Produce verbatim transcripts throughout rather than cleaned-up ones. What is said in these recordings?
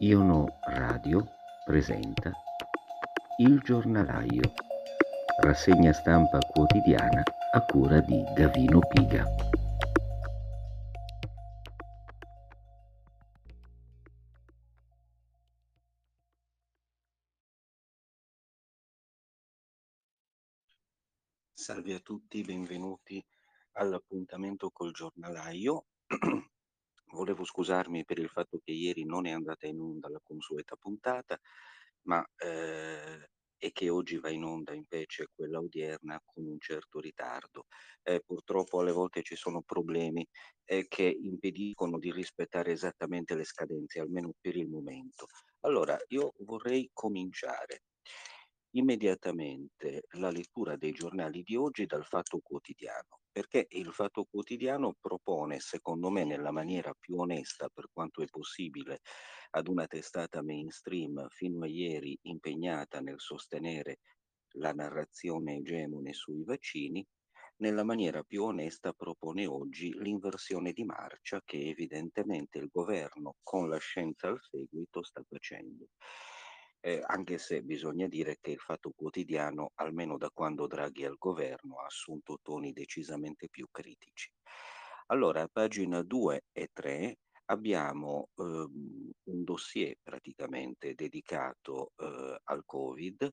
Iono Radio presenta Il Giornalaio, rassegna stampa quotidiana a cura di Gavino Piga. Salve a tutti, benvenuti all'appuntamento col giornalaio. Volevo scusarmi per il fatto che ieri non è andata in onda la consueta puntata, ma eh, e che oggi va in onda invece quella odierna con un certo ritardo. Eh, purtroppo alle volte ci sono problemi eh, che impediscono di rispettare esattamente le scadenze, almeno per il momento. Allora, io vorrei cominciare immediatamente la lettura dei giornali di oggi dal Fatto Quotidiano, perché il Fatto Quotidiano propone, secondo me, nella maniera più onesta per quanto è possibile, ad una testata mainstream fino a ieri impegnata nel sostenere la narrazione egemone sui vaccini, nella maniera più onesta propone oggi l'inversione di marcia che evidentemente il governo con la scienza al seguito sta facendo. Eh, anche se bisogna dire che il Fatto Quotidiano, almeno da quando Draghi è al governo, ha assunto toni decisamente più critici. Allora, a pagina due e tre abbiamo ehm, un dossier praticamente dedicato eh, al Covid.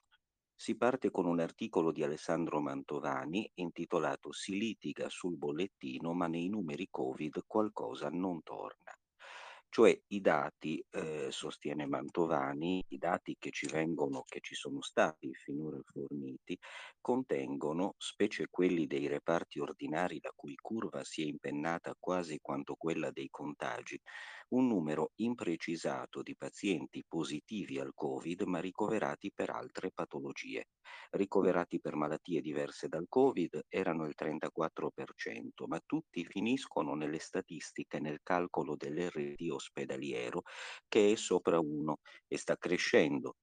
Si parte con un articolo di Alessandro Mantovani intitolato Si litiga sul bollettino, ma nei numeri Covid qualcosa non torna. Cioè i dati, eh, sostiene Mantovani, i dati che ci vengono, che ci sono stati finora forniti, contengono, specie quelli dei reparti ordinari la cui curva si è impennata quasi quanto quella dei contagi, un numero imprecisato di pazienti positivi al Covid ma ricoverati per altre patologie. Ricoverati per malattie diverse dal Covid erano il trentaquattro per cento, ma tutti finiscono nelle statistiche nel calcolo dell'R T ospedaliero che è sopra uno e sta crescendo,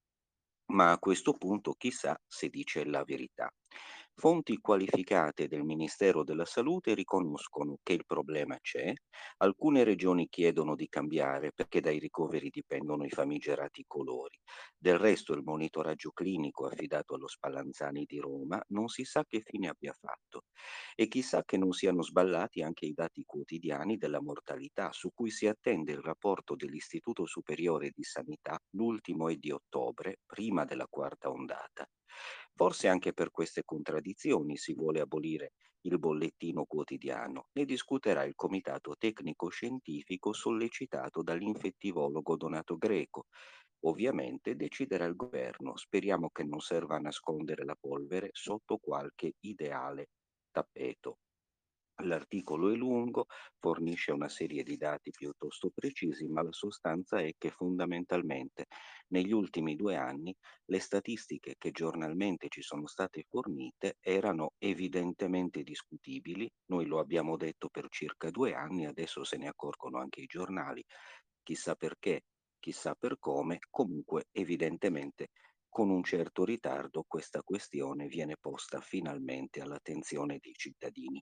ma a questo punto chissà se dice la verità. Fonti qualificate del Ministero della Salute riconoscono che il problema c'è, alcune regioni chiedono di cambiare perché dai ricoveri dipendono i famigerati colori. Del resto il monitoraggio clinico affidato allo Spallanzani di Roma non si sa che fine abbia fatto e chissà che non siano sballati anche i dati quotidiani della mortalità su cui si attende il rapporto dell'Istituto Superiore di Sanità, l'ultimo è di ottobre, prima della quarta ondata. Forse anche per queste contraddizioni si vuole abolire il bollettino quotidiano. Ne discuterà il comitato tecnico-scientifico sollecitato dall'infettivologo Donato Greco. Ovviamente deciderà il governo. Speriamo che non serva a nascondere la polvere sotto qualche ideale tappeto. L'articolo è lungo, fornisce una serie di dati piuttosto precisi, ma la sostanza è che fondamentalmente negli ultimi due anni le statistiche che giornalmente ci sono state fornite erano evidentemente discutibili. Noi lo abbiamo detto per circa due anni, adesso se ne accorgono anche i giornali, chissà perché, chissà per come, comunque evidentemente con un certo ritardo questa questione viene posta finalmente all'attenzione dei cittadini.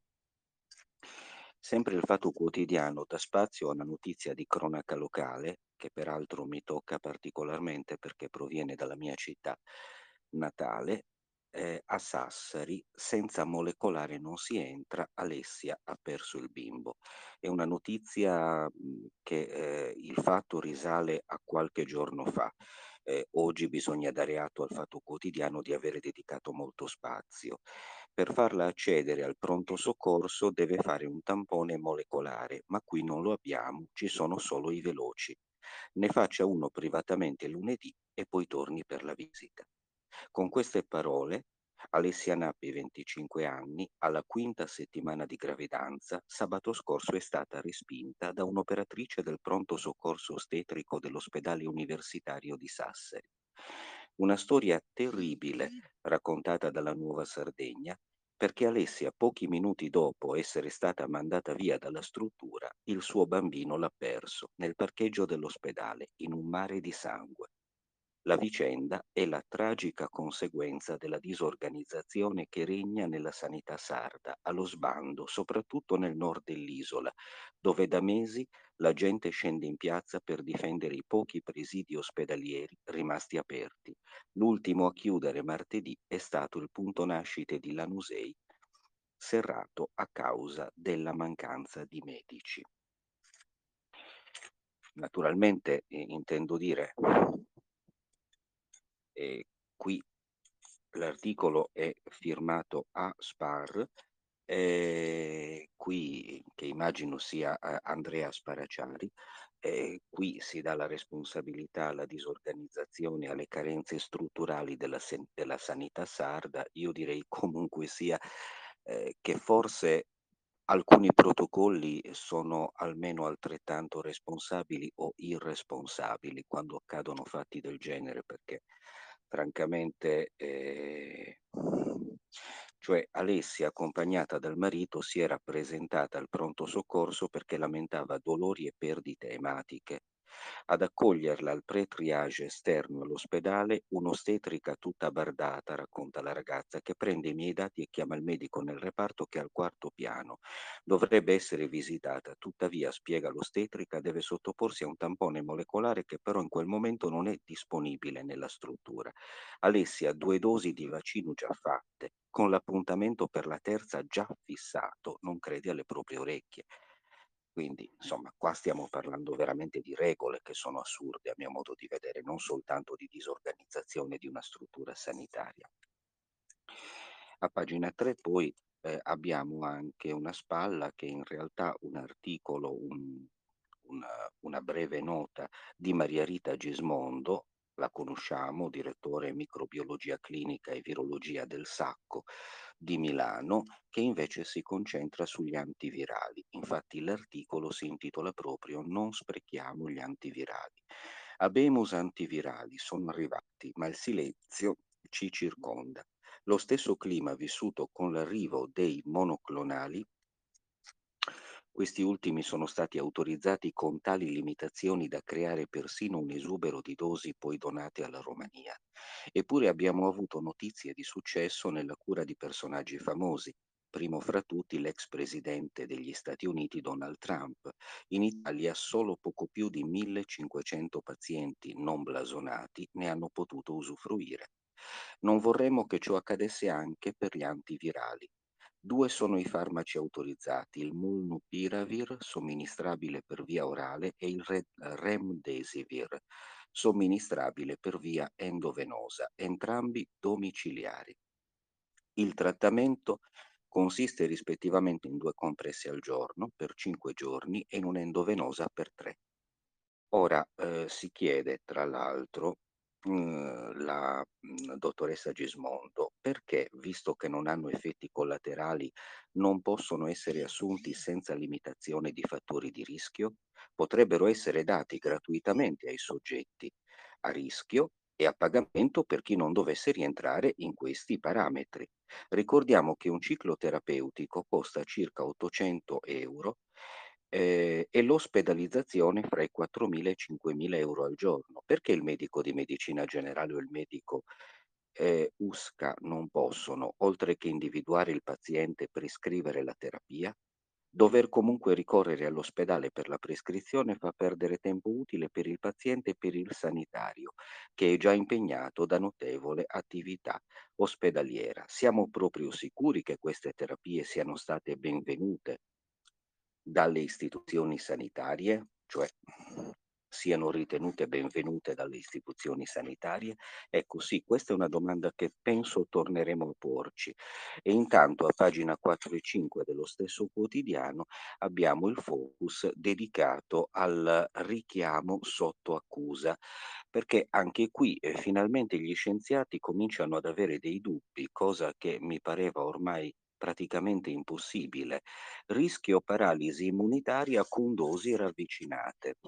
Sempre il Fatto Quotidiano dà spazio a una notizia di cronaca locale, che peraltro mi tocca particolarmente perché proviene dalla mia città natale. Eh, a Sassari, senza molecolare non si entra, Alessia ha perso il bimbo. È una notizia mh, che eh, il fatto risale a qualche giorno fa. Eh, oggi bisogna dare atto al Fatto Quotidiano di avere dedicato molto spazio. Per farla accedere al pronto soccorso deve fare un tampone molecolare, ma qui non lo abbiamo, ci sono solo i veloci. Ne faccia uno privatamente lunedì e poi torni per la visita. Con queste parole, Alessia Nappi, venticinque anni, alla quinta settimana di gravidanza, sabato scorso è stata respinta da un'operatrice del pronto soccorso ostetrico dell'ospedale universitario di Sassari. Una storia terribile raccontata dalla Nuova Sardegna, perché Alessia, pochi minuti dopo essere stata mandata via dalla struttura, il suo bambino l'ha perso nel parcheggio dell'ospedale in un mare di sangue. La vicenda è la tragica conseguenza della disorganizzazione che regna nella sanità sarda, allo sbando, soprattutto nel nord dell'isola, dove da mesi la gente scende in piazza per difendere i pochi presidi ospedalieri rimasti aperti. L'ultimo a chiudere martedì è stato il punto nascite di Lanusei, serrato a causa della mancanza di medici. Naturalmente eh, intendo dire, eh, qui l'articolo è firmato a Spar, eh, qui che immagino sia eh, Andrea Sparaciari, eh, qui si dà la responsabilità alla disorganizzazione, alle carenze strutturali della, sen- della sanità sarda. Io direi comunque sia eh, che forse alcuni protocolli sono almeno altrettanto responsabili o irresponsabili quando accadono fatti del genere, perché francamente, eh, cioè Alessia, accompagnata dal marito, si era presentata al pronto soccorso perché lamentava dolori e perdite ematiche. Ad accoglierla al pre-triage esterno all'ospedale, un'ostetrica tutta bardata, racconta la ragazza, che prende i miei dati e chiama il medico nel reparto che è al quarto piano. Dovrebbe essere visitata, tuttavia, spiega l'ostetrica, deve sottoporsi a un tampone molecolare che però in quel momento non è disponibile nella struttura. Alessia ha due dosi di vaccino già fatte, con l'appuntamento per la terza già fissato, non crede alle proprie orecchie. Quindi, insomma, qua stiamo parlando veramente di regole che sono assurde a mio modo di vedere, non soltanto di disorganizzazione di una struttura sanitaria. A pagina tre poi eh, abbiamo anche una spalla che in realtà un articolo, un, una, una breve nota di Maria Rita Gismondo, la conosciamo, direttore microbiologia clinica e virologia del Sacco di Milano, che invece si concentra sugli antivirali. Infatti l'articolo si intitola proprio Non sprechiamo gli antivirali. Abemus antivirali sono arrivati, ma il silenzio ci circonda. Lo stesso clima vissuto con l'arrivo dei monoclonali, questi ultimi sono stati autorizzati con tali limitazioni da creare persino un esubero di dosi poi donate alla Romania. Eppure abbiamo avuto notizie di successo nella cura di personaggi famosi, primo fra tutti l'ex presidente degli Stati Uniti Donald Trump. In Italia solo poco più di millecinquecento pazienti non blasonati ne hanno potuto usufruire. Non vorremmo che ciò accadesse anche per gli antivirali. Due sono i farmaci autorizzati, il Molnupiravir, somministrabile per via orale, e il Re- Remdesivir, somministrabile per via endovenosa, entrambi domiciliari. Il trattamento consiste rispettivamente in due compressi al giorno per cinque giorni e in un'endovenosa per tre. Ora eh, si chiede, tra l'altro, mh, la mh, dottoressa Gismondo, perché, visto che non hanno effetti collaterali, non possono essere assunti senza limitazione di fattori di rischio? Potrebbero essere dati gratuitamente ai soggetti a rischio e a pagamento per chi non dovesse rientrare in questi parametri. Ricordiamo che un ciclo terapeutico costa circa ottocento euro eh, e l'ospedalizzazione fra i quattromila e i cinquemila euro al giorno. Perché il medico di medicina generale o il medico eh, U S C A non possono, oltre che individuare il paziente, prescrivere la terapia? Dover comunque ricorrere all'ospedale per la prescrizione fa perdere tempo utile per il paziente e per il sanitario, che è già impegnato da notevole attività ospedaliera. Siamo proprio sicuri che queste terapie siano state benvenute dalle istituzioni sanitarie, cioè siano ritenute benvenute dalle istituzioni sanitarie? Ecco sì, questa è una domanda che penso torneremo a porci. E intanto a pagina quattro e cinque dello stesso quotidiano abbiamo il focus dedicato al richiamo sotto accusa, perché anche qui eh, finalmente gli scienziati cominciano ad avere dei dubbi, cosa che mi pareva ormai praticamente impossibile. Rischio paralisi immunitaria con dosi ravvicinate.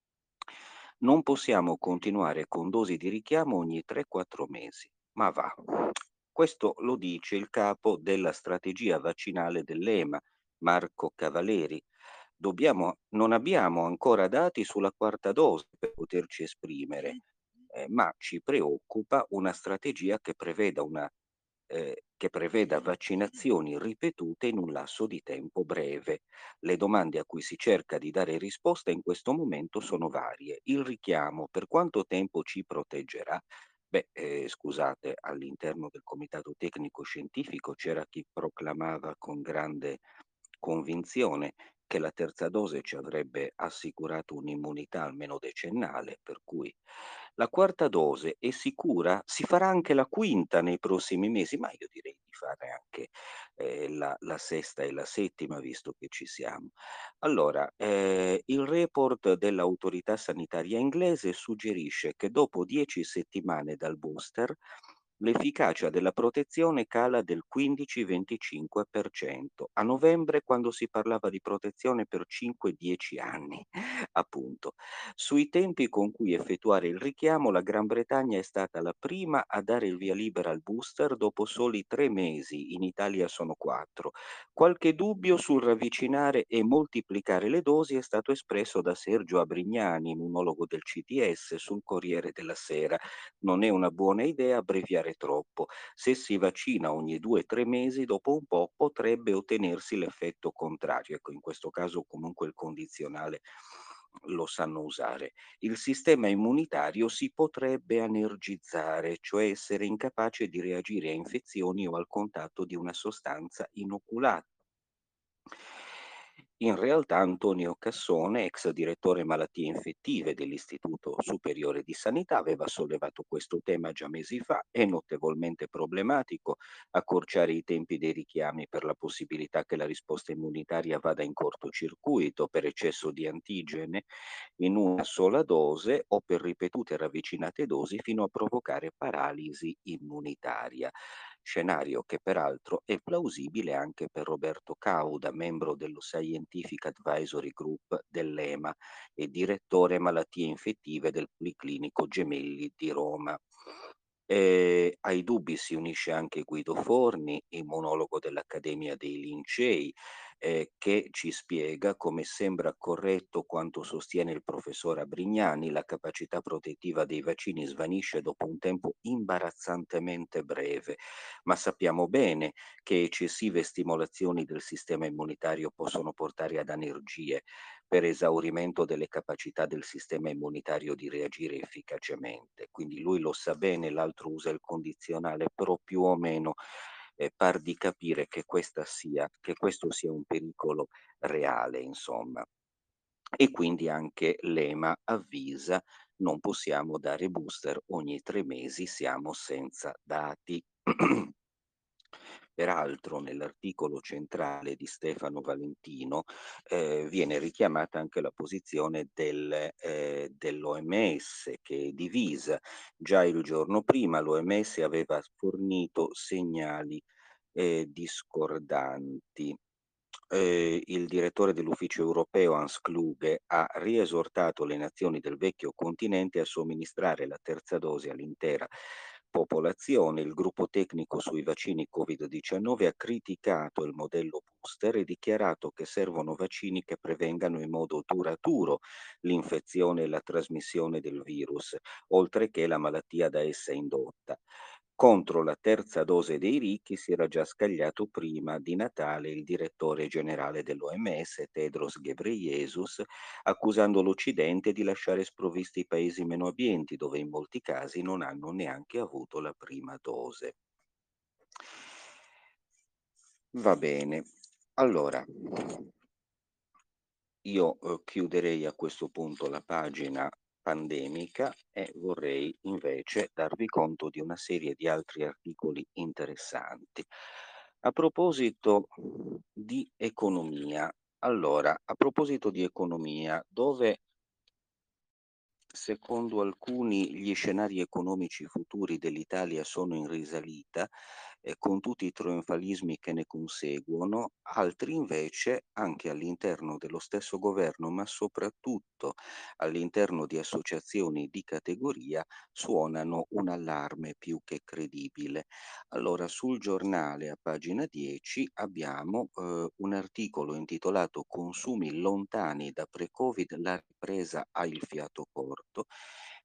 Non possiamo continuare con dosi di richiamo ogni tre quattro mesi, ma va. Questo lo dice il capo della strategia vaccinale dell'E M A, Marco Cavaleri. Dobbiamo, non abbiamo ancora dati sulla quarta dose per poterci esprimere. eh, ma ci preoccupa una strategia che preveda una ehm, che preveda vaccinazioni ripetute in un lasso di tempo breve. Le domande a cui si cerca di dare risposta in questo momento sono varie. Il richiamo per quanto tempo ci proteggerà? Beh, ehm, scusate, all'interno del comitato tecnico scientifico c'era chi proclamava con grande convinzione che la terza dose ci avrebbe assicurato un'immunità almeno decennale, per cui la quarta dose è sicura? Si farà anche la quinta nei prossimi mesi? Ma io direi di fare anche, ehm, la la sesta e la settima, visto che ci siamo. Allora, ehm, il report dell'autorità sanitaria inglese suggerisce che dopo dieci settimane dal booster, l'efficacia della protezione cala del quindici venticinque per cento. A novembre, quando si parlava di protezione per cinque dieci anni, appunto. Sui tempi con cui effettuare il richiamo, la Gran Bretagna è stata la prima a dare il via libera al booster dopo soli tre mesi, in Italia sono quattro. Qualche dubbio sul ravvicinare e moltiplicare le dosi è stato espresso da Sergio Abrignani, immunologo del C T S, sul Corriere della Sera. Non è una buona idea abbreviare troppo. Se si vaccina ogni due tre mesi, dopo un po' potrebbe ottenersi l'effetto contrario. Ecco, in questo caso comunque il condizionale lo sanno usare. Il sistema immunitario si potrebbe energizzare, cioè essere incapace di reagire a infezioni o al contatto di una sostanza inoculata. In realtà Antonio Cassone, ex direttore malattie infettive dell'Istituto Superiore di Sanità, aveva sollevato questo tema già mesi fa. È notevolmente problematico accorciare i tempi dei richiami per la possibilità che la risposta immunitaria vada in cortocircuito per eccesso di antigene in una sola dose o per ripetute ravvicinate dosi fino a provocare paralisi immunitaria. Scenario che peraltro è plausibile anche per Roberto Cauda, membro dello Scientific Advisory Group dell'E M A e direttore malattie infettive del Policlinico Gemelli di Roma. Eh, ai dubbi si unisce anche Guido Forni, immunologo dell'Accademia dei Lincei, eh, che ci spiega come sembra corretto quanto sostiene il professor Abrignani: la capacità protettiva dei vaccini svanisce dopo un tempo imbarazzantemente breve, ma sappiamo bene che eccessive stimolazioni del sistema immunitario possono portare ad anergie per esaurimento delle capacità del sistema immunitario di reagire efficacemente. Quindi lui lo sa bene, l'altro usa il condizionale, però più o meno eh, par di capire che, questa sia, che questo sia un pericolo reale, insomma. E quindi anche l'E M A avvisa: non possiamo dare booster ogni tre mesi, siamo senza dati. Peraltro nell'articolo centrale di Stefano Valentino, ehm, viene richiamata anche la posizione del ehm, dell'O M S, che è divisa. Già il giorno prima l'O M S aveva fornito segnali ehm, discordanti. Ehm, il direttore dell'ufficio europeo Hans Kluge ha riesortato le nazioni del vecchio continente a somministrare la terza dose all'intera popolazione. Il gruppo tecnico sui vaccini Covid diciannove ha criticato il modello booster e dichiarato che servono vaccini che prevengano in modo duraturo l'infezione e la trasmissione del virus, oltre che la malattia da essa indotta. Contro la terza dose dei ricchi si era già scagliato prima di Natale il direttore generale dell'O M S, Tedros Ghebreyesus, accusando l'Occidente di lasciare sprovvisti i paesi meno abbienti, dove in molti casi non hanno neanche avuto la prima dose. Va bene. Allora, io eh, chiuderei a questo punto la pagina pandemica e vorrei invece darvi conto di una serie di altri articoli interessanti. A proposito di economia, allora, a proposito di economia, dove secondo alcuni gli scenari economici futuri dell'Italia sono in risalita, eh, con tutti i trionfalismi che ne conseguono, altri invece, anche all'interno dello stesso governo, ma soprattutto all'interno di associazioni di categoria, suonano un allarme più che credibile. Allora, sul giornale a pagina dieci abbiamo eh, un articolo intitolato Consumi lontani da pre-Covid, la ripresa ha il fiato corto,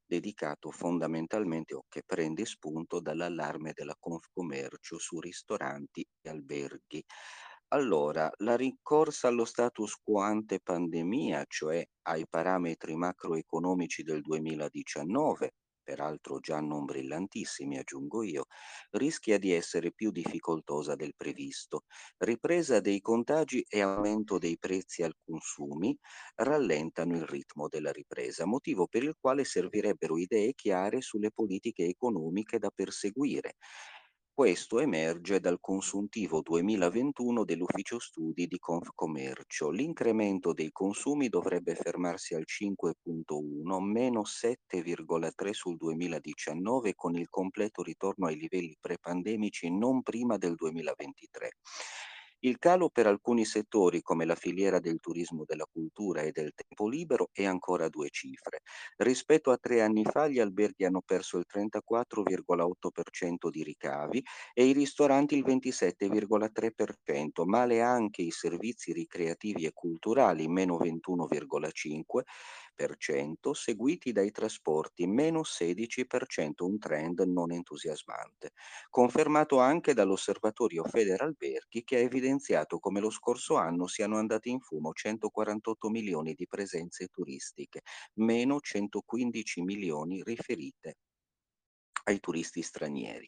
dedicato fondamentalmente o che prende spunto dall'allarme della Confcommercio su ristoranti e alberghi. Allora, la rincorsa allo status quo ante pandemia, cioè ai parametri macroeconomici del duemiladiciannove, peraltro già non brillantissimi, aggiungo io, rischia di essere più difficoltosa del previsto. Ripresa dei contagi e aumento dei prezzi al consumi rallentano il ritmo della ripresa, motivo per il quale servirebbero idee chiare sulle politiche economiche da perseguire. Questo emerge dal consuntivo duemilaventuno dell'Ufficio Studi di Confcommercio. L'incremento dei consumi dovrebbe fermarsi al cinque virgola uno, meno sette virgola tre sul duemiladiciannove, con il completo ritorno ai livelli prepandemici non prima del duemilaventitré. Il calo per alcuni settori, come la filiera del turismo, della cultura e del tempo libero, è ancora a due cifre. Rispetto a tre anni fa gli alberghi hanno perso il trentaquattro virgola otto per cento di ricavi e i ristoranti il ventisette virgola tre per cento, male anche i servizi ricreativi e culturali, meno ventuno virgola cinque per cento, seguiti dai trasporti, meno sedici per cento, un trend non entusiasmante, confermato anche dall'Osservatorio Federalberghi, che ha evidenziato come lo scorso anno siano andati in fumo centoquarantotto milioni di presenze turistiche, meno centoquindici milioni riferite ai turisti stranieri.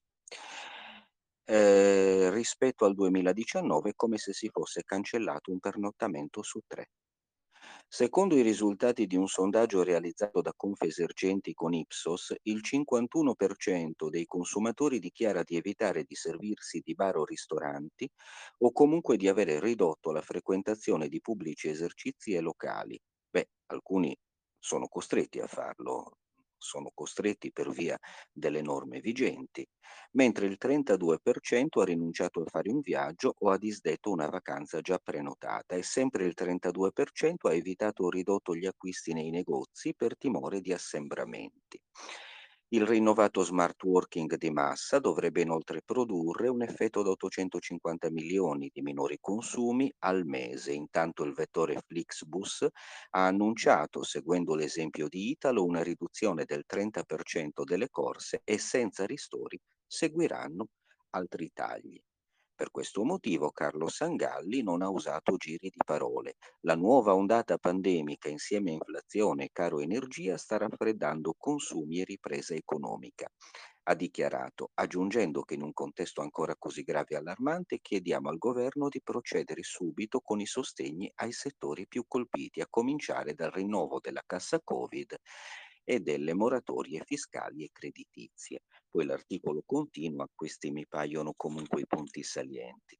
Eh, rispetto al duemiladiciannove è come se si fosse cancellato un pernottamento su tre. Secondo i risultati di un sondaggio realizzato da Confesercenti con Ipsos, il cinquantuno per cento dei consumatori dichiara di evitare di servirsi di bar o ristoranti o comunque di avere ridotto la frequentazione di pubblici esercizi e locali. Beh, alcuni sono costretti a farlo, sono costretti per via delle norme vigenti, mentre il trentadue per cento ha rinunciato a fare un viaggio o ha disdetto una vacanza già prenotata e sempre il trentadue per cento ha evitato o ridotto gli acquisti nei negozi per timore di assembramenti. Il rinnovato smart working di massa dovrebbe inoltre produrre un effetto da ottocentocinquanta milioni di minori consumi al mese. Intanto il vettore Flixbus ha annunciato, seguendo l'esempio di Italo, una riduzione del trenta per cento delle corse e senza ristori seguiranno altri tagli. Per questo motivo Carlo Sangalli non ha usato giri di parole. La nuova ondata pandemica insieme a inflazione e caro energia sta raffreddando consumi e ripresa economica. Ha dichiarato, aggiungendo che in un contesto ancora così grave e allarmante chiediamo al governo di procedere subito con i sostegni ai settori più colpiti, a cominciare dal rinnovo della cassa Covid e delle moratorie fiscali e creditizie. Poi l'articolo continua, questi mi paiono comunque i punti salienti.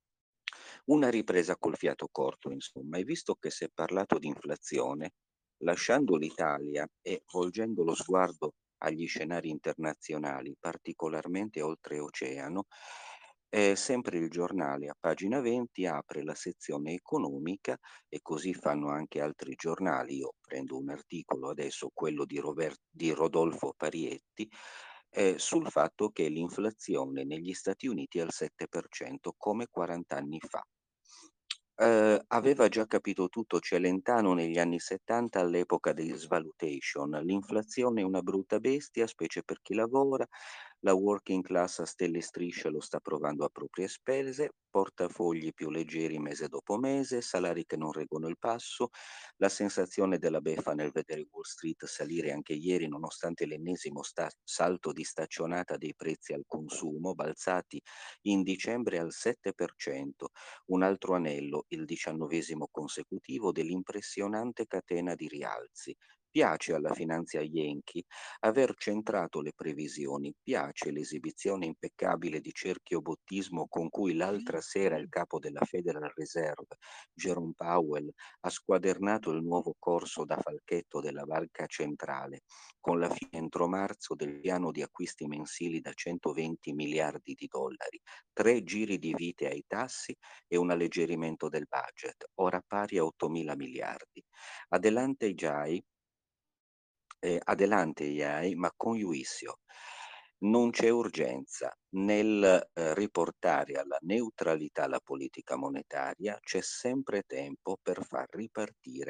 Una ripresa col fiato corto, insomma, e visto che si è parlato di inflazione, lasciando l'Italia e volgendo lo sguardo agli scenari internazionali, particolarmente oltreoceano, eh, sempre il giornale a pagina venti apre la sezione economica e così fanno anche altri giornali. Io prendo un articolo adesso, quello di, Robert- di Rodolfo Parietti, eh, sul fatto che l'inflazione negli Stati Uniti è al sette per cento come quaranta anni fa. Eh, aveva già capito tutto Celentano negli anni settanta all'epoca dei Svalutation. L'inflazione è una brutta bestia, specie per chi lavora. La working class a stelle e strisce lo sta provando a proprie spese, portafogli più leggeri mese dopo mese, salari che non reggono il passo, la sensazione della beffa nel vedere Wall Street salire anche ieri nonostante l'ennesimo sta- salto di staccionata dei prezzi al consumo, balzati in dicembre al sette per cento, un altro anello, il diciannovesimo consecutivo dell'impressionante catena di rialzi. Piace alla finanza Yankee aver centrato le previsioni, piace l'esibizione impeccabile di cerchiobottismo con cui l'altra sera il capo della Federal Reserve, Jerome Powell, ha squadernato il nuovo corso da falchetto della banca centrale, con la fine entro marzo del piano di acquisti mensili da centoventi miliardi di dollari, tre giri di vite ai tassi e un alleggerimento del budget, ora pari a ottomila miliardi. Adelante Jai, eh, adelante Jai, ma con Juizio. Non c'è urgenza nel eh, riportare alla neutralità la politica monetaria, c'è sempre tempo per far ripartire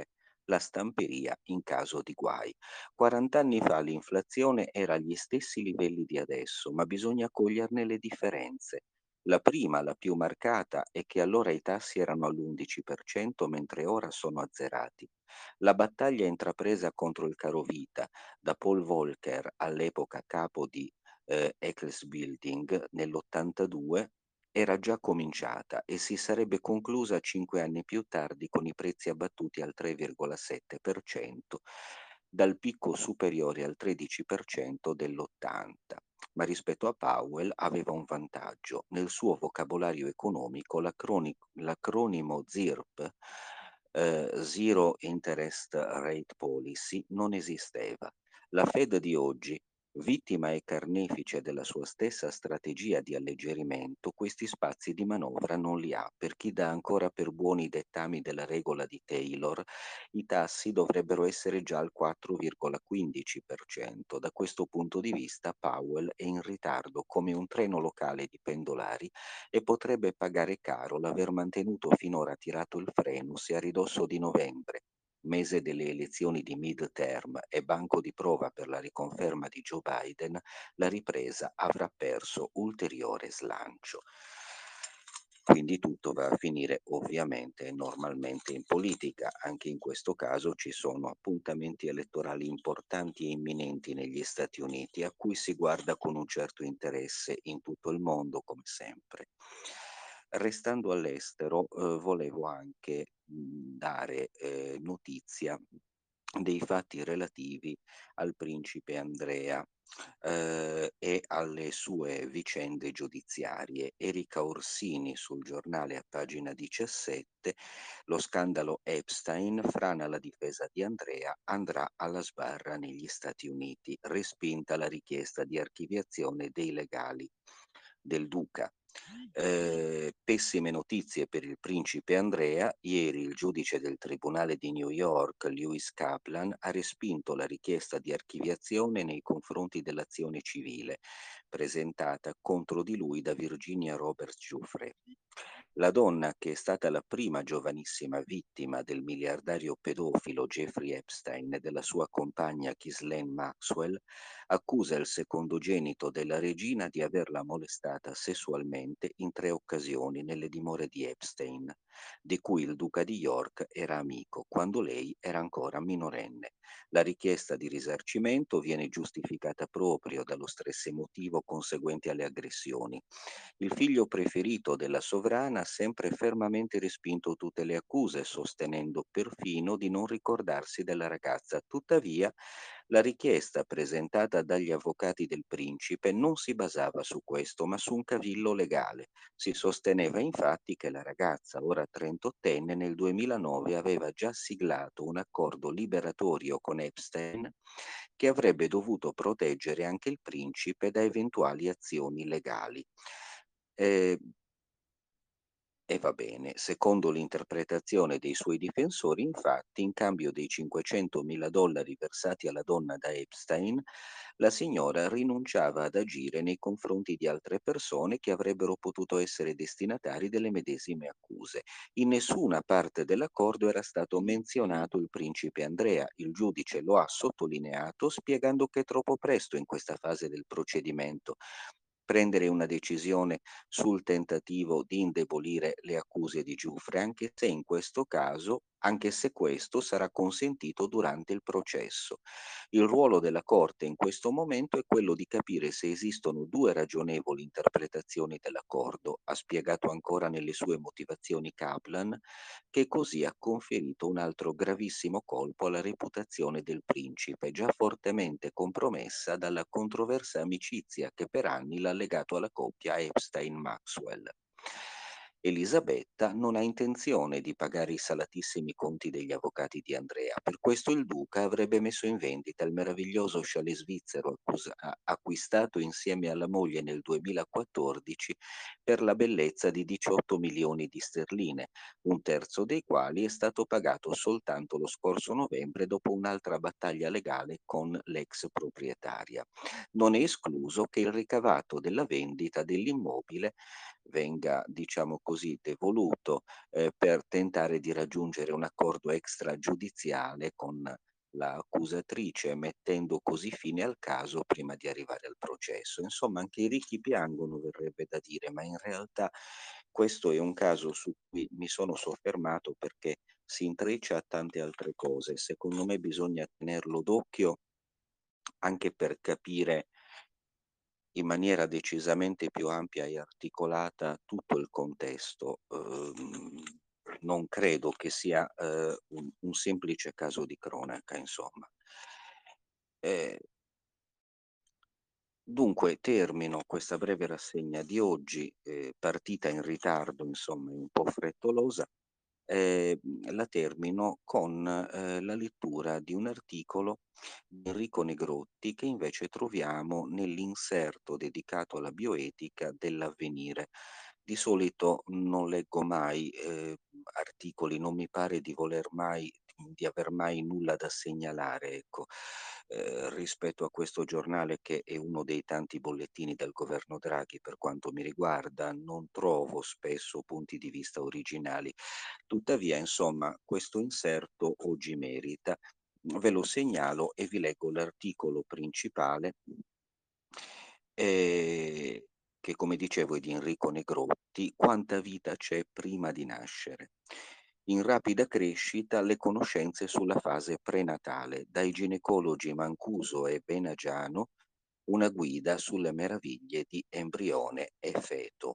la stamperia in caso di guai. quaranta anni fa l'inflazione era agli stessi livelli di adesso, ma bisogna coglierne le differenze. La prima, la più marcata, è che allora i tassi erano all'undici per cento mentre ora sono azzerati. La battaglia intrapresa contro il carovita da Paul Volcker, all'epoca capo di eh, Eccles Building, nell'ottantadue, era già cominciata e si sarebbe conclusa cinque anni più tardi con i prezzi abbattuti al tre virgola sette per cento, dal picco superiore al tredici per cento dell'ottanta. Ma rispetto a Powell aveva un vantaggio. Nel suo vocabolario economico l'acroni- l'acronimo Z I R P, eh, Zero Interest Rate Policy, non esisteva. La Fed di oggi, vittima e carnefice della sua stessa strategia di alleggerimento, questi spazi di manovra non li ha. Per chi dà ancora per buoni i dettami della regola di Taylor, i tassi dovrebbero essere già al quattro virgola quindici per cento. Da questo punto di vista Powell è in ritardo come un treno locale di pendolari e potrebbe pagare caro l'aver mantenuto finora tirato il freno se a ridosso di novembre, mese delle elezioni di mid-term e banco di prova per la riconferma di Joe Biden, la ripresa avrà perso ulteriore slancio. Quindi tutto va a finire ovviamente e normalmente in politica. Anche in questo caso ci sono appuntamenti elettorali importanti e imminenti negli Stati Uniti a cui si guarda con un certo interesse in tutto il mondo, come sempre. Restando all'estero, eh, volevo anche mh, dare eh, notizia dei fatti relativi al principe Andrea eh, e alle sue vicende giudiziarie. Erika Orsini sul giornale a pagina diciassette, lo scandalo Epstein frana la difesa di Andrea, andrà alla sbarra negli Stati Uniti, respinta la richiesta di archiviazione dei legali del duca. Eh, pessime notizie per il principe Andrea. Ieri il giudice del Tribunale di New York, Lewis Kaplan, ha respinto la richiesta di archiviazione nei confronti dell'azione civile presentata contro di lui da Virginia Roberts Giuffre. La donna, che è stata la prima giovanissima vittima del miliardario pedofilo Jeffrey Epstein e della sua compagna Ghislaine Maxwell, accusa il secondogenito della regina di averla molestata sessualmente in tre occasioni nelle dimore di Epstein, di cui il duca di York era amico quando lei era ancora minorenne. La richiesta di risarcimento viene giustificata proprio dallo stress emotivo conseguente alle aggressioni. Il figlio preferito della sovrana ha sempre fermamente respinto tutte le accuse, sostenendo perfino di non ricordarsi della ragazza. Tuttavia, la richiesta presentata dagli avvocati del principe non si basava su questo, ma su un cavillo legale. Si sosteneva infatti che la ragazza, ora trentottenne, nel duemilanove aveva già siglato un accordo liberatorio con Epstein che avrebbe dovuto proteggere anche il principe da eventuali azioni legali. Eh, e va bene, secondo l'interpretazione dei suoi difensori, infatti, in cambio dei cinquecentomila dollari versati alla donna da Epstein, la signora rinunciava ad agire nei confronti di altre persone che avrebbero potuto essere destinatari delle medesime accuse. In nessuna parte dell'accordo era stato menzionato il principe Andrea. Il giudice lo ha sottolineato, spiegando che è troppo presto in questa fase del procedimento prendere una decisione sul tentativo di indebolire le accuse di Giuffre, anche se in questo caso, anche se questo sarà consentito durante il processo. Il ruolo della Corte in questo momento è quello di capire se esistono due ragionevoli interpretazioni dell'accordo, ha spiegato ancora nelle sue motivazioni Kaplan, che così ha conferito un altro gravissimo colpo alla reputazione del principe, già fortemente compromessa dalla controversa amicizia che per anni l'ha legato alla coppia Epstein-Maxwell. Elisabetta non ha intenzione di pagare i salatissimi conti degli avvocati di Andrea, per questo il duca avrebbe messo in vendita il meraviglioso chalet svizzero accus- acquistato insieme alla moglie nel duemilaquattordici per la bellezza di diciotto milioni di sterline, un terzo dei quali è stato pagato soltanto lo scorso novembre dopo un'altra battaglia legale con l'ex proprietaria. Non è escluso che il ricavato della vendita dell'immobile venga, diciamo così, devoluto eh, per tentare di raggiungere un accordo extragiudiziale con la accusatrice, mettendo così fine al caso prima di arrivare al processo. Insomma, anche i ricchi piangono, verrebbe da dire, ma in realtà questo è un caso su cui mi sono soffermato perché si intreccia a tante altre cose. Secondo me bisogna tenerlo d'occhio anche per capire in maniera decisamente più ampia e articolata tutto il contesto. Uhm, non credo che sia, uhm, un un semplice caso di cronaca, insomma. Ehm Dunque termino questa breve rassegna di oggi, ehm, partita in ritardo, insomma, e un po' frettolosa, ehm, la termino con, ehm, la lettura di un articolo di Enrico Negrotti che invece troviamo nell'inserto dedicato alla bioetica dell'Avvenire. Di solito non leggo mai, ehm, articoli, non mi pare di voler mai di aver mai nulla da segnalare, ecco, ehm, rispetto a questo giornale che è uno dei tanti bollettini del governo Draghi per quanto mi riguarda, non trovo spesso punti di vista originali. Tuttavia, insomma, questo inserto oggi merita. Ve lo segnalo e vi leggo l'articolo principale, ehm, che come dicevo è di Enrico Negrotti, "Quanta vita c'è prima di nascere". In rapida crescita le conoscenze sulla fase prenatale, dai ginecologi Mancuso e Benagiano, una guida sulle meraviglie di embrione e feto.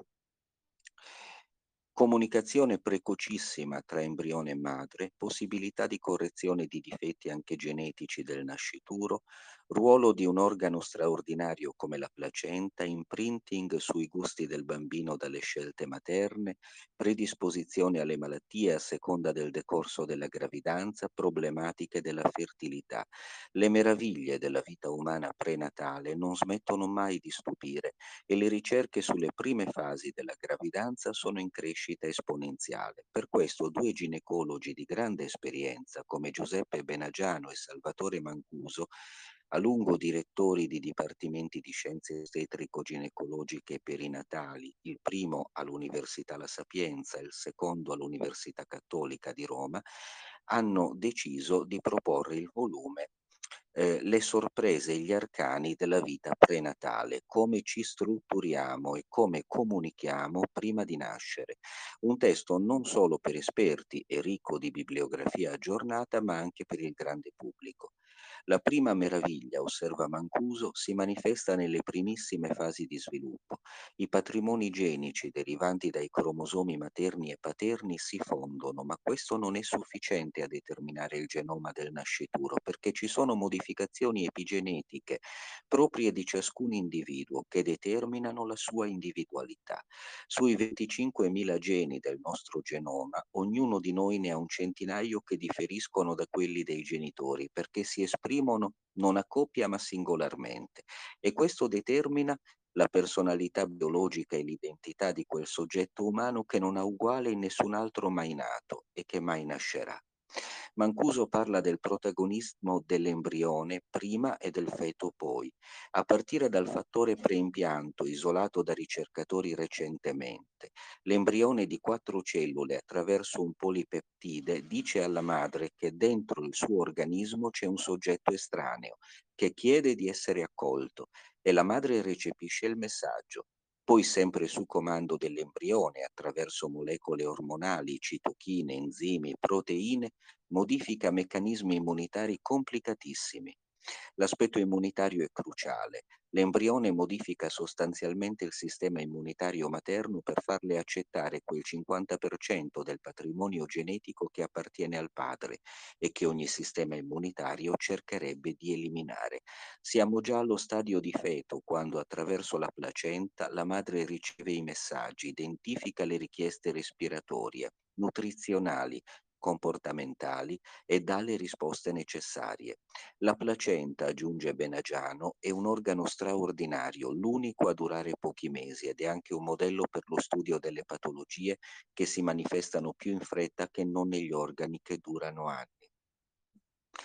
Comunicazione precocissima tra embrione e madre, possibilità di correzione di difetti anche genetici del nascituro, ruolo di un organo straordinario come la placenta, imprinting sui gusti del bambino dalle scelte materne, predisposizione alle malattie a seconda del decorso della gravidanza, problematiche della fertilità. Le meraviglie della vita umana prenatale non smettono mai di stupire e le ricerche sulle prime fasi della gravidanza sono in crescita esponenziale. Per questo due ginecologi di grande esperienza come Giuseppe Benagiano e Salvatore Mancuso, a lungo direttori di dipartimenti di scienze ostetrico-ginecologiche e perinatali, il primo all'Università La Sapienza e il secondo all'Università Cattolica di Roma, hanno deciso di proporre il volume eh, Le sorprese e gli arcani della vita prenatale, come ci strutturiamo e come comunichiamo prima di nascere. Un testo non solo per esperti e ricco di bibliografia aggiornata, ma anche per il grande pubblico. La prima meraviglia, osserva Mancuso, si manifesta nelle primissime fasi di sviluppo. I patrimoni genici derivanti dai cromosomi materni e paterni si fondono, ma questo non è sufficiente a determinare il genoma del nascituro, perché ci sono modificazioni epigenetiche proprie di ciascun individuo che determinano la sua individualità. Sui venticinquemila geni del nostro genoma, ognuno di noi ne ha un centinaio che differiscono da quelli dei genitori, perché si esprimono non a coppia ma singolarmente. E questo determina la personalità biologica e l'identità di quel soggetto umano che non ha uguale in nessun altro mai nato e che mai nascerà. Mancuso parla del protagonismo dell'embrione prima e del feto poi, a partire dal fattore preimpianto isolato da ricercatori recentemente. L'embrione di quattro cellule attraverso un polipeptide dice alla madre che dentro il suo organismo c'è un soggetto estraneo che chiede di essere accolto e la madre recepisce il messaggio. Poi sempre su comando dell'embrione, attraverso molecole ormonali, citochine, enzimi, proteine, modifica meccanismi immunitari complicatissimi. L'aspetto immunitario è cruciale. L'embrione modifica sostanzialmente il sistema immunitario materno per farle accettare quel cinquanta per cento del patrimonio genetico che appartiene al padre e che ogni sistema immunitario cercherebbe di eliminare. Siamo già allo stadio di feto quando attraverso la placenta la madre riceve i messaggi, identifica le richieste respiratorie, nutrizionali, comportamentali e dà le risposte necessarie. La placenta, aggiunge Benagiano, è un organo straordinario, l'unico a durare pochi mesi ed è anche un modello per lo studio delle patologie che si manifestano più in fretta che non negli organi che durano anni.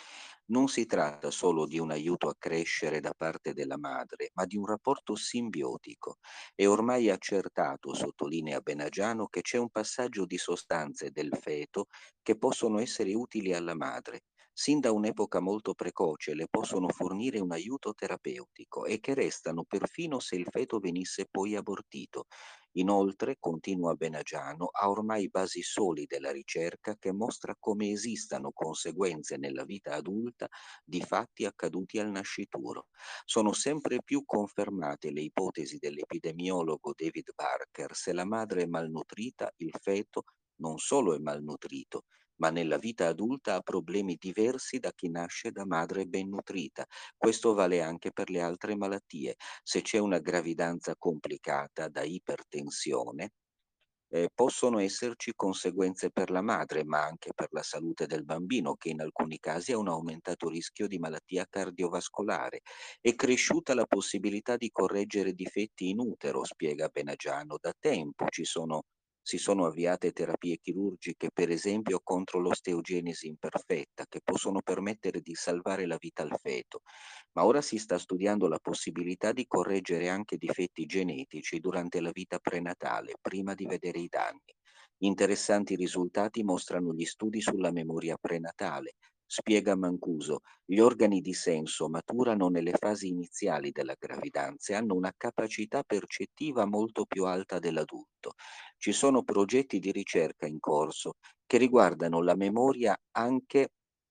Non si tratta solo di un aiuto a crescere da parte della madre, ma di un rapporto simbiotico. È ormai accertato, sottolinea Benagiano, che c'è un passaggio di sostanze del feto che possono essere utili alla madre. Sin da un'epoca molto precoce le possono fornire un aiuto terapeutico e che restano perfino se il feto venisse poi abortito. Inoltre, continua Benagiano, ha ormai basi solide la ricerca che mostra come esistano conseguenze nella vita adulta di fatti accaduti al nascituro. Sono sempre più confermate le ipotesi dell'epidemiologo David Barker: se la madre è malnutrita, il feto non solo è malnutrito, ma nella vita adulta ha problemi diversi da chi nasce da madre ben nutrita. Questo vale anche per le altre malattie. Se c'è una gravidanza complicata da ipertensione, eh, possono esserci conseguenze per la madre, ma anche per la salute del bambino, che in alcuni casi ha un aumentato rischio di malattia cardiovascolare. È cresciuta la possibilità di correggere difetti in utero, spiega Benagiano. Da tempo ci sono, si sono avviate terapie chirurgiche, per esempio contro l'osteogenesi imperfetta, che possono permettere di salvare la vita al feto. Ma ora si sta studiando la possibilità di correggere anche difetti genetici durante la vita prenatale, prima di vedere i danni. Interessanti risultati mostrano gli studi sulla memoria prenatale. Spiega Mancuso: gli organi di senso maturano nelle fasi iniziali della gravidanza e hanno una capacità percettiva molto più alta dell'adulto. Ci sono progetti di ricerca in corso che riguardano la memoria anche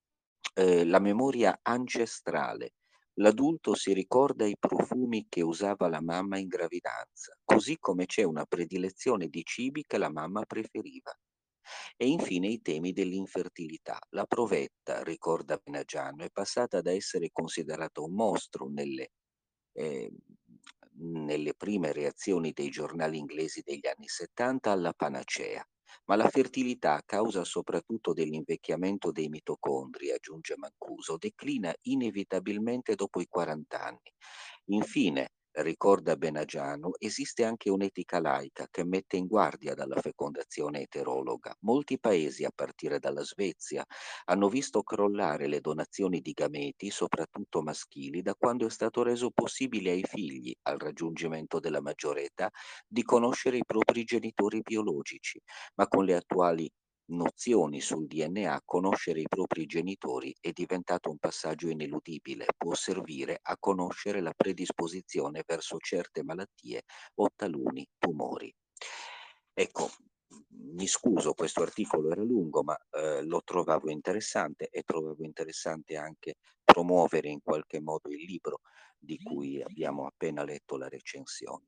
eh, la memoria ancestrale. L'adulto si ricorda i profumi che usava la mamma in gravidanza, così come c'è una predilezione di cibi che la mamma preferiva. E infine i temi dell'infertilità. La provetta, ricorda Benagiano, è passata da essere considerata un mostro nelle eh, nelle prime reazioni dei giornali inglesi degli anni settanta alla panacea. Ma la fertilità, a causa soprattutto dell'invecchiamento dei mitocondri, aggiunge Mancuso, declina inevitabilmente dopo i quaranta anni. Infine, ricorda Benagiano, esiste anche un'etica laica che mette in guardia dalla fecondazione eterologa. Molti paesi, a partire dalla Svezia, hanno visto crollare le donazioni di gameti, soprattutto maschili, da quando è stato reso possibile ai figli, al raggiungimento della maggiore età, di conoscere i propri genitori biologici. Ma con le attuali nozioni sul D N A, conoscere i propri genitori è diventato un passaggio ineludibile, può servire a conoscere la predisposizione verso certe malattie o taluni tumori. Ecco, mi scuso, questo articolo era lungo, ma eh, lo trovavo interessante e trovavo interessante anche promuovere in qualche modo il libro di cui abbiamo appena letto la recensione.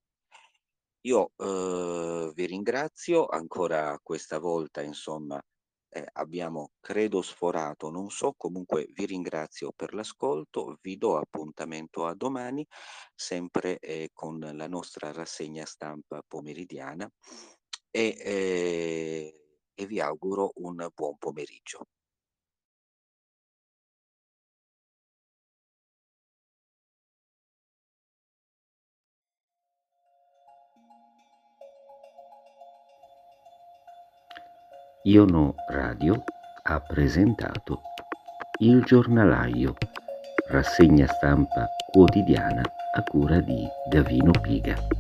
Io eh, vi ringrazio ancora questa volta, insomma, eh, abbiamo credo sforato, non so, comunque vi ringrazio per l'ascolto, vi do appuntamento a domani, sempre eh, con la nostra rassegna stampa pomeridiana e, eh, e vi auguro un buon pomeriggio. Iono Radio ha presentato Il Giornalaio, rassegna stampa quotidiana a cura di Gavino Piga.